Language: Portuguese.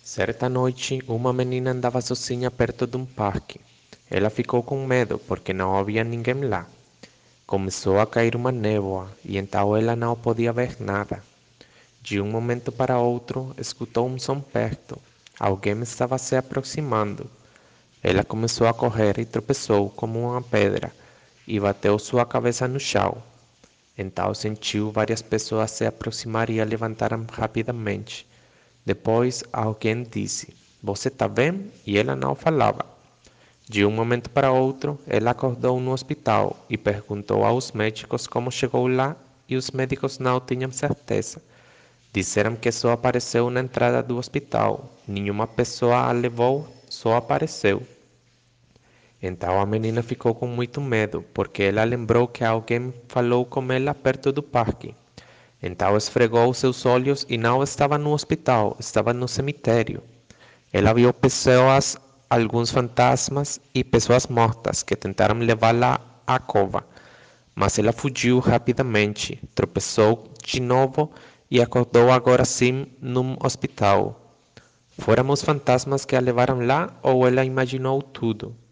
Certa noite, uma menina andava sozinha perto de um parque. Ela ficou com medo porque não havia ninguém lá. Começou a cair uma névoa e então ela não podia ver nada. De um momento para outro, escutou um som perto. Alguém estava se aproximando. Ela começou a correr e tropeçou como uma pedra e bateu sua cabeça no chão. Então sentiu várias pessoas se aproximar e a levantaram rapidamente. Depois alguém disse: Você está bem? E ela não falava. De um momento para outro, ela acordou no hospital e perguntou aos médicos como chegou lá, e os médicos não tinham certeza. Disseram que só apareceu na entrada do hospital. Nenhuma pessoa a levou, só apareceu. Então a menina ficou com muito medo, porque ela lembrou que alguém falou com ela perto do parque. Então esfregou seus olhos e não estava no hospital, estava no cemitério. Ela viu pessoas, alguns fantasmas e pessoas mortas que tentaram levá-la à cova, mas ela fugiu rapidamente, tropeçou de novo e acordou agora sim num hospital. Foram os fantasmas que a levaram lá ou ela imaginou tudo?